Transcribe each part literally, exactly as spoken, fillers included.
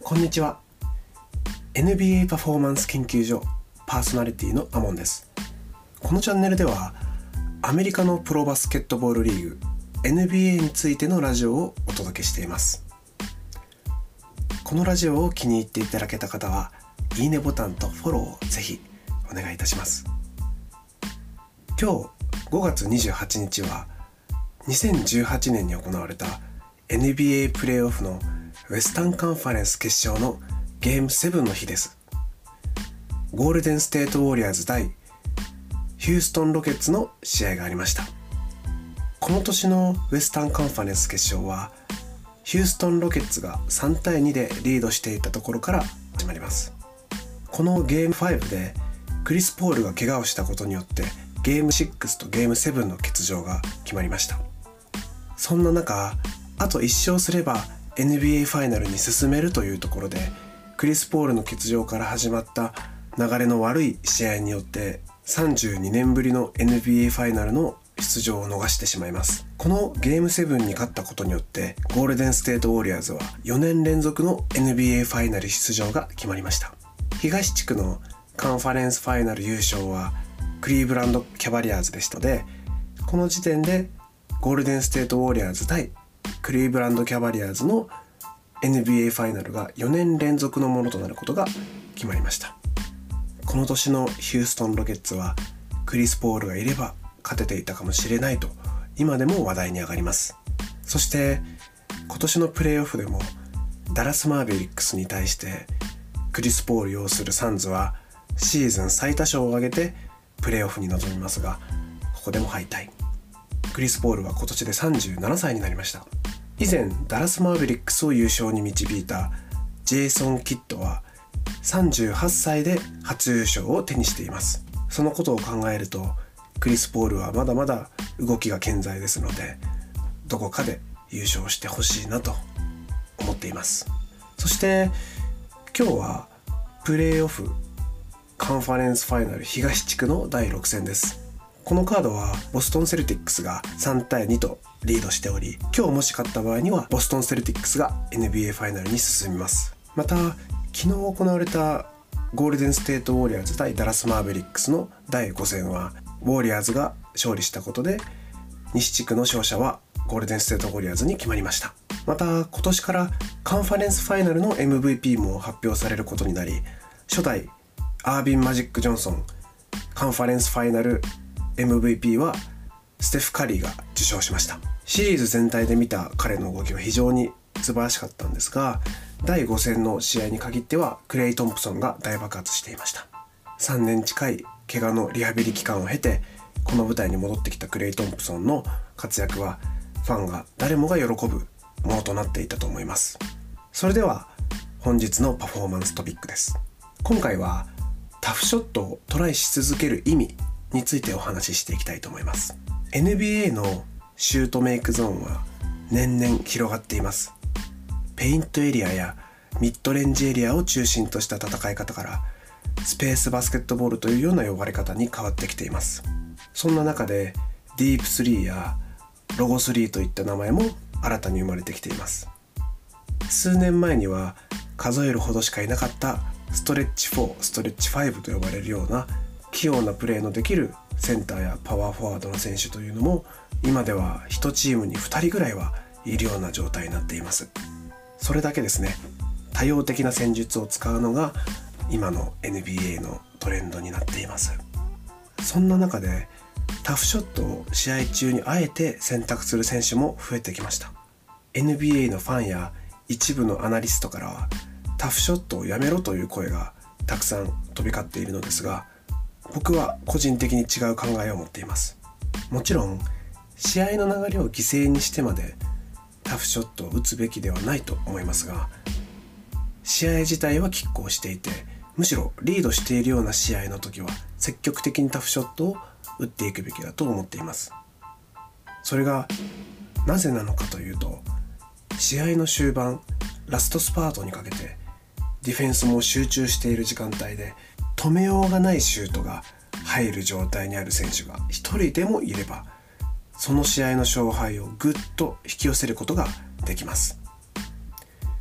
こんにちは。 エヌビーエー パフォーマンス研究所パーソナリティのアモンです。このチャンネルではアメリカのプロバスケットボールリーグ エヌビーエー についてのラジオをお届けしています。このラジオを気に入っていただけた方はいいねボタンとフォローをぜひお願いいたします。今日ごがつにじゅうはちにちはにせんじゅうはちねんに行われた エヌビーエー プレーオフのウェスタンカンファレンス決勝のゲームセブンの日です。ゴールデンステートウォリアーズ対ヒューストンロケッツの試合がありました。この年のウェスタンカンファレンス決勝はヒューストンロケッツがさんたいにでリードしていたところから始まります。このゲームごでクリス・ポールが怪我をしたことによってゲームろくとゲームななの欠場が決まりました。そんな中、あといっ勝すれば エヌビーエー ファイナルに進めるというところで、クリス・ポールの欠場から始まった流れの悪い試合によってさんじゅうにねんぶりの エヌビーエー ファイナルの出場を逃してしまいます。このゲームななに勝ったことによってゴールデンステートウォリアーズはよねんれんぞくの エヌビーエー ファイナル出場が決まりました。東地区のカンファレンスファイナル優勝はクリーブランドキャバリアーズでしたので、この時点でゴールデンステートウォリアーズ対クリーブランドキャバリアーズの エヌビーエー ファイナルがよねんれんぞくのものとなることが決まりました。この年のヒューストンロケッツはクリス・ポールがいれば勝てていたかもしれないと今でも話題に上がります。そして今年のプレーオフでもダラス・マーベリックスに対してクリス・ポール擁するサンズはシーズン最多勝を挙げてプレーオフに臨みますが、ここでも敗退。クリス・ポールは今年でさんじゅうななさいになりました。以前ダラス・マーベリックスを優勝に導いたジェイソン・キッドはさんじゅうはっさいで初優勝を手にしています。そのことを考えるとクリス・ポールはまだまだ動きが健在ですので、どこかで優勝してほしいなと思っています。そして今日はプレーオフカンファレンスファイナル東地区のだいろくせんです。このカードはボストンセルティックスがさんたいにとリードしており、今日もし勝った場合にはボストンセルティックスが エヌビーエー ファイナルに進みます。また昨日行われたゴールデンステートウォリアーズ対ダラスマーベリックスのだいごせんはウォリアーズが勝利したことで西地区の勝者はゴールデンステートウォリアーズに決まりました。また今年からカンファレンスファイナルの エムブイピー も発表されることになり、初代アービン・マジック・ジョンソンカンファレンスファイナル エムブイピー はステフ・カリーが受賞しました。シリーズ全体で見た彼の動きは非常に素晴らしかったんですが、だいごせんの試合に限ってはクレイ・トンプソンが大爆発していました。さんねん近い怪我のリハビリ期間を経てこの舞台に戻ってきたクレイ・トンプソンの活躍はファンが誰もが喜ぶものとなっていたと思います。それでは本日のパフォーマンストピックです。今回はタフショットをトライし続ける意味についてお話ししていきたいと思います。 エヌビーエー のシュートメイクゾーンは年々広がっています。ペイントエリアやミッドレンジエリアを中心とした戦い方からスペースバスケットボールというような呼ばれ方に変わってきています。そんな中でディープスリーやロゴスリーといった名前も新たに生まれてきています。数年前には数えるほどしかいなかったストレッチフォー、ストレッチファイブと呼ばれるような器用なプレーのできるセンターやパワーフォワードの選手というのも今ではいちチームにふたりぐらいはいるような状態になっています。それだけですね、多様的な戦術を使うのが今の エヌビーエー のトレンドになっています。そんな中でタフショットを試合中にあえて選択する選手も増えてきました。 エヌビーエー のファンや一部のアナリストからはタフショットをやめろという声がたくさん飛び交っているのですが、僕は個人的に違う考えを持っています。もちろん試合の流れを犠牲にしてまでタフショットを打つべきではないと思いますが、試合自体は拮抗していて、むしろリードしているような試合の時は積極的にタフショットを打っていくべきだと思っています。それがなぜなのかというと、試合の終盤ラストスパートにかけてディフェンスも集中している時間帯で止めようがないシュートが入る状態にある選手が一人でもいれば、その試合の勝敗をぐっと引き寄せることができます。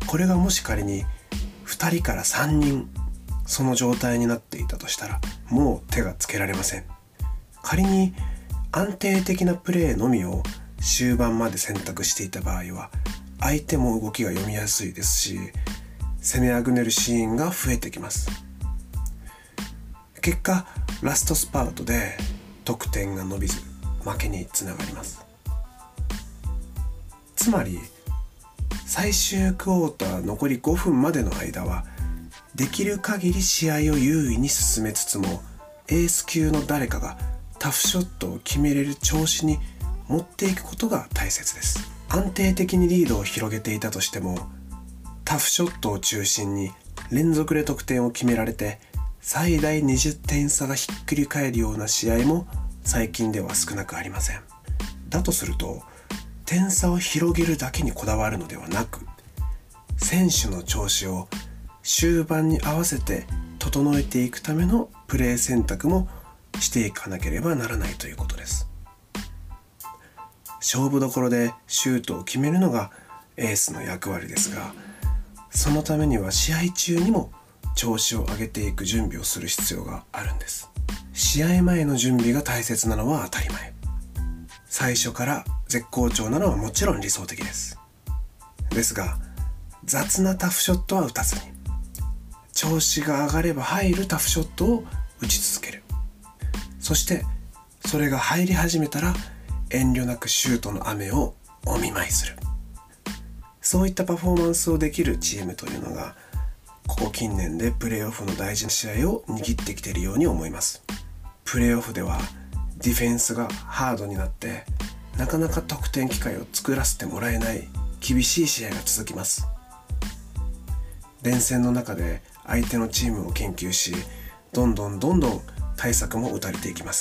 これがもし仮にふたりからさんにんその状態になっていたとしたら、もう手がつけられません。仮に安定的なプレーのみを終盤まで選択していた場合は、相手も動きが読みやすいですし、攻めあぐねるシーンが増えてきます。結果ラストスパートで得点が伸びず負けにつながります。つまり最終クォーター残りごふんまでの間は、できる限り試合を優位に進めつつも、エース級の誰かがタフショットを決めれる調子に持っていくことが大切です。安定的にリードを広げていたとしても、タフショットを中心に連続で得点を決められて最大にじゅってん差がひっくり返るような試合も最近では少なくありません。だとすると、点差を広げるだけにこだわるのではなく、選手の調子を終盤に合わせて整えていくためのプレー選択もしていかなければならないということです。勝負どころでシュートを決めるのがエースの役割ですが、そのためには試合中にも調子を上げていく準備をする必要があるんです。試合前の準備が大切なのは当たり前。最初から絶好調なのはもちろん理想的です。ですが、雑なタフショットは打たずに、調子が上がれば入るタフショットを打ち続ける。そしてそれが入り始めたら遠慮なくシュートの雨をお見舞いする。そういったパフォーマンスをできるチームというのが、ここ近年でプレーオフの大事な試合を握ってきているように思います。プレーオフではディフェンスがハードになって、なかなか得点機会を作らせてもらえない厳しい試合が続きます。連戦の中で相手のチームを研究し、どんどんどんどん対策も打たれていきます。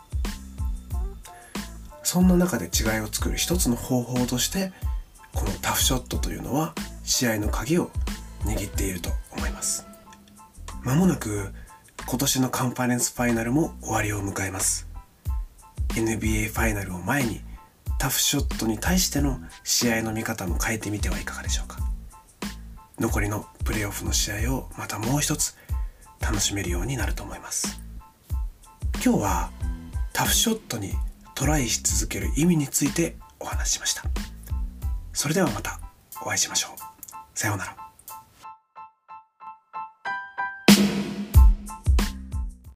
そんな中で違いを作る一つの方法として、このタフショットというのは試合の鍵を握っていると思います。まもなく今年のカンファレンスファイナルも終わりを迎えます。 エヌビーエー ファイナルを前に、タフショットに対しての試合の見方も変えてみてはいかがでしょうか。残りのプレーオフの試合をまたもう一つ楽しめるようになると思います。今日はタフショットにトライし続ける意味についてお話ししました。それではまたお会いしましょう。さようなら。